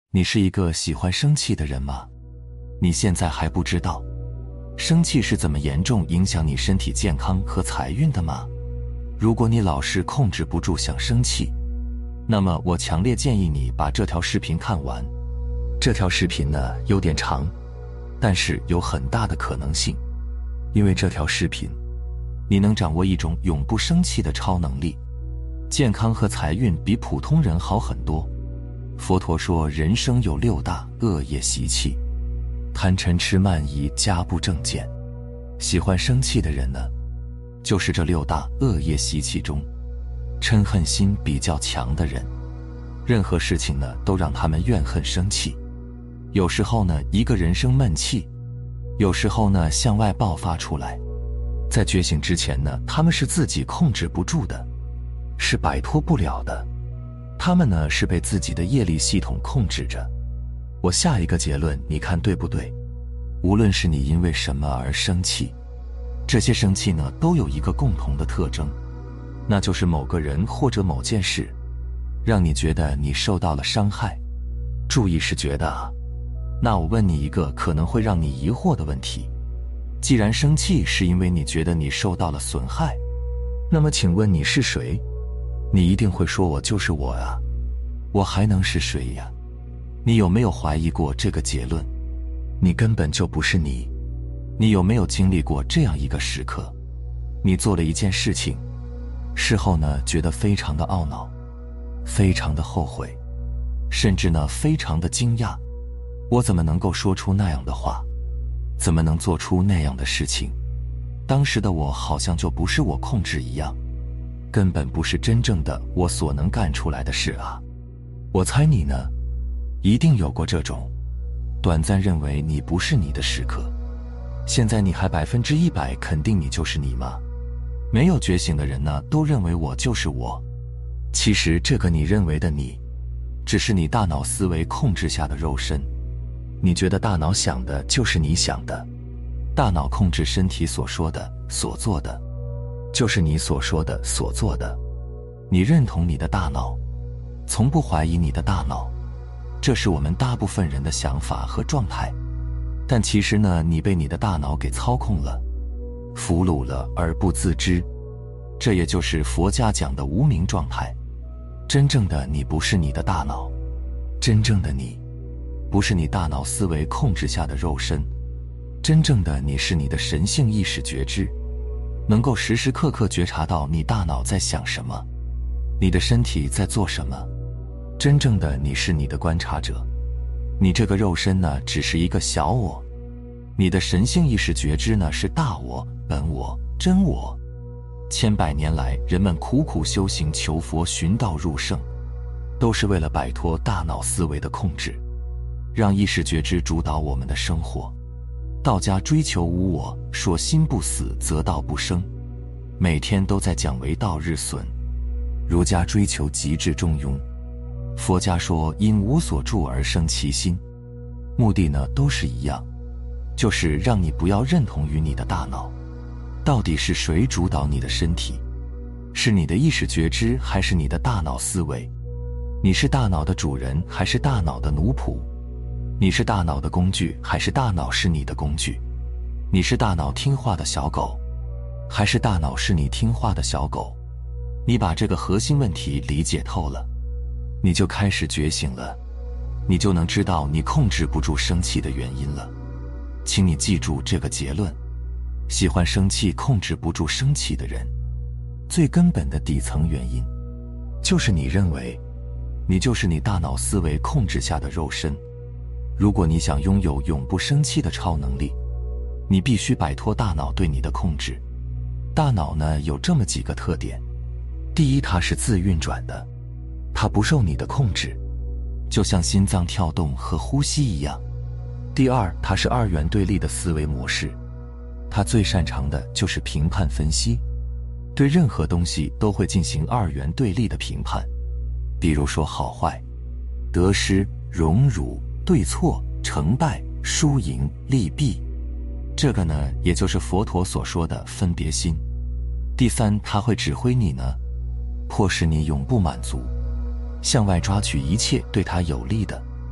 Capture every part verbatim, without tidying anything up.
你是一个喜欢生气的人吗？你现在还不知道，生气是怎么严重影响你身体健康和财运的吗？如果你老是控制不住想生气，那么我强烈建议你把这条视频看完。这条视频呢有点长，但是有很大的可能性，因为这条视频你能掌握一种永不生气的超能力，健康和财运比普通人好很多。佛陀说，人生有六大恶业习气：贪嗔痴慢疑加不正见。喜欢生气的人呢，就是这六大恶业习气中嗔恨心比较强的人。任何事情呢都让他们怨恨生气。有时候呢一个人生闷气，有时候呢向外爆发出来。在觉醒之前呢，他们是自己控制不住的，是摆脱不了的。他们呢是被自己的业力系统控制着。我下一个结论，你看对不对？无论是你因为什么而生气，这些生气呢都有一个共同的特征，那就是某个人或者某件事让你觉得你受到了伤害。注意是觉得啊。那我问你一个可能会让你疑惑的问题，既然生气是因为你觉得你受到了损害，那么请问你是谁？你一定会说，我就是我啊，我还能是谁呀？你有没有怀疑过这个结论？你根本就不是你。你有没有经历过这样一个时刻，你做了一件事情，事后呢觉得非常的懊恼，非常的后悔，甚至呢非常的惊讶，我怎么能够说出那样的话，怎么能做出那样的事情？当时的我好像就不是我控制一样，根本不是真正的我所能干出来的事啊。我猜你呢，一定有过这种短暂认为你不是你的时刻。现在你还百分之一百肯定你就是你吗？没有觉醒的人呢，都认为我就是我。其实这个你认为的你，只是你大脑思维控制下的肉身。你觉得大脑想的就是你想的，大脑控制身体所说的、所做的，就是你所说的、所做的。你认同你的大脑，从不怀疑你的大脑，这是我们大部分人的想法和状态。但其实呢，你被你的大脑给操控了，俘虏了而不自知。这也就是佛家讲的无明状态。真正的你不是你的大脑，真正的你不是你大脑思维控制下的肉身，真正的你是你的神性意识觉知，能够时时刻刻觉察到你大脑在想什么，你的身体在做什么。真正的你是你的观察者，你这个肉身呢只是一个小我，你的神性意识觉知呢是大我、本我、真我。千百年来人们苦苦修行求佛寻道入圣，都是为了摆脱大脑思维的控制，让意识觉知主导我们的生活。道家追求无我，说心不死则道不生，每天都在讲为道日损。儒家追求极致中庸，佛家说因无所住而生其心，目的呢都是一样，就是让你不要认同于你的大脑。到底是谁主导你的身体？是你的意识觉知还是你的大脑思维？你是大脑的主人还是大脑的奴仆？你是大脑的工具还是大脑是你的工具？你是大脑听话的小狗还是大脑是你听话的小狗？你把这个核心问题理解透了，你就开始觉醒了，你就能知道你控制不住生气的原因了。请你记住这个结论，喜欢生气控制不住生气的人，最根本的底层原因就是你认为你就是你大脑思维控制下的肉身。如果你想拥有永不生气的超能力，你必须摆脱大脑对你的控制。大脑呢有这么几个特点：第一，它是自运转的，它不受你的控制，就像心脏跳动和呼吸一样。第二，它是二元对立的思维模式，它最擅长的就是评判分析，对任何东西都会进行二元对立的评判，比如说好坏、得失、荣辱、对错、成败、输赢、利弊。这个呢，也就是佛陀所说的分别心。第三，它会指挥你呢，迫使你永不满足，向外抓取一切对它有利的。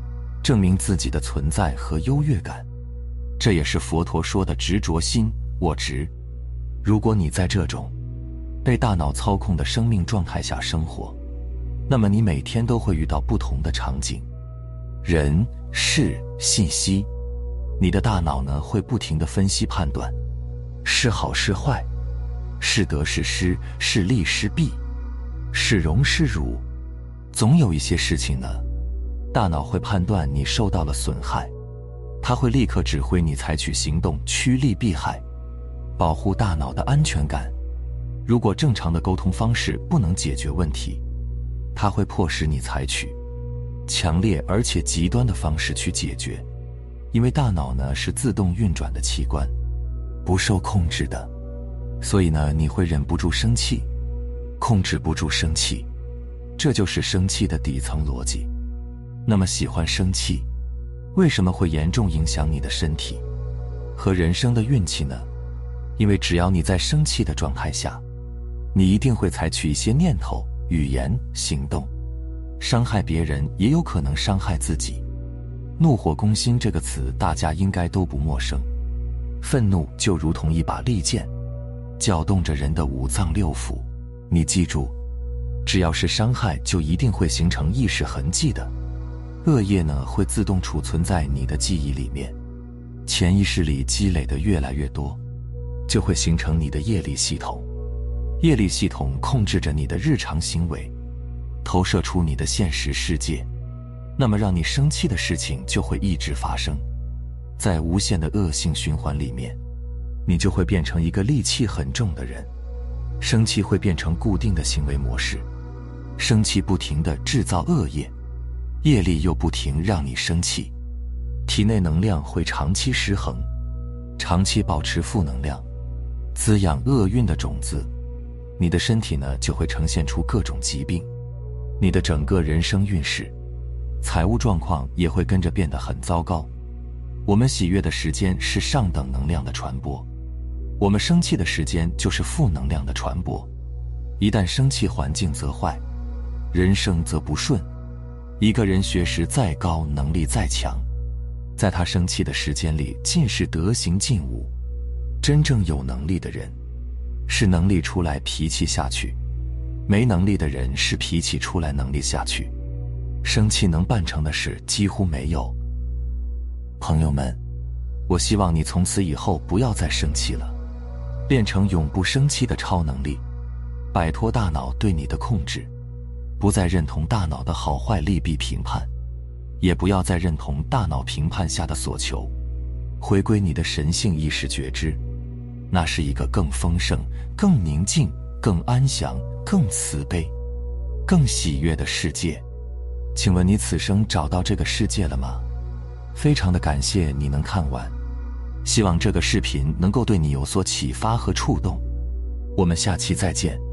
证明自己的存在和优越感。这也是佛陀说的执着心，我执。如果你在这种被大脑操控的生命状态下生活，那么你每天都会遇到不同的场景、人、事、信息。你的大脑呢，会不停地分析判断，是好是坏，是得是失，是利是弊，是荣是辱。总有一些事情呢，大脑会判断你受到了损害，它会立刻指挥你采取行动，趋利避害，保护大脑的安全感。如果正常的沟通方式不能解决问题，它会迫使你采取强烈而且极端的方式去解决。因为大脑呢是自动运转的器官，不受控制的，所以呢你会忍不住生气，控制不住生气，这就是生气的底层逻辑。那么喜欢生气，为什么会严重影响你的身体和人生的运气呢？因为只要你在生气的状态下，你一定会采取一些念头、语言、行动，伤害别人，也有可能伤害自己。怒火攻心这个词大家应该都不陌生，愤怒就如同一把利剑，搅动着人的五脏六腑。你记住，只要是伤害，就一定会形成意识痕迹的。恶业呢，会自动储存在你的记忆里面，潜意识里积累的越来越多，就会形成你的业力系统。业力系统控制着你的日常行为，投射出你的现实世界。那么让你生气的事情就会一直发生，在无限的恶性循环里面，你就会变成一个戾气很重的人。生气会变成固定的行为模式，生气不停地制造恶业，业力又不停让你生气，体内能量会长期失衡，长期保持负能量，滋养厄运的种子。你的身体呢就会呈现出各种疾病，你的整个人生运势、财务状况也会跟着变得很糟糕。我们喜悦的时间是上等能量的传播，我们生气的时间就是负能量的传播。一旦生气，环境则坏，人生则不顺。一个人学识再高，能力再强，在他生气的时间里，尽是德行尽无。真正有能力的人，是能力出来脾气下去，没能力的人是脾气出来能力下去。生气能办成的事几乎没有。朋友们，我希望你从此以后不要再生气了，变成永不生气的超能力，摆脱大脑对你的控制，不再认同大脑的好坏利弊评判，也不要再认同大脑评判下的所求，回归你的神性意识觉知，那是一个更丰盛、更宁静、更安详、更慈悲、更喜悦的世界。请问你此生找到这个世界了吗？非常的感谢你能看完，希望这个视频能够对你有所启发和触动。我们下期再见。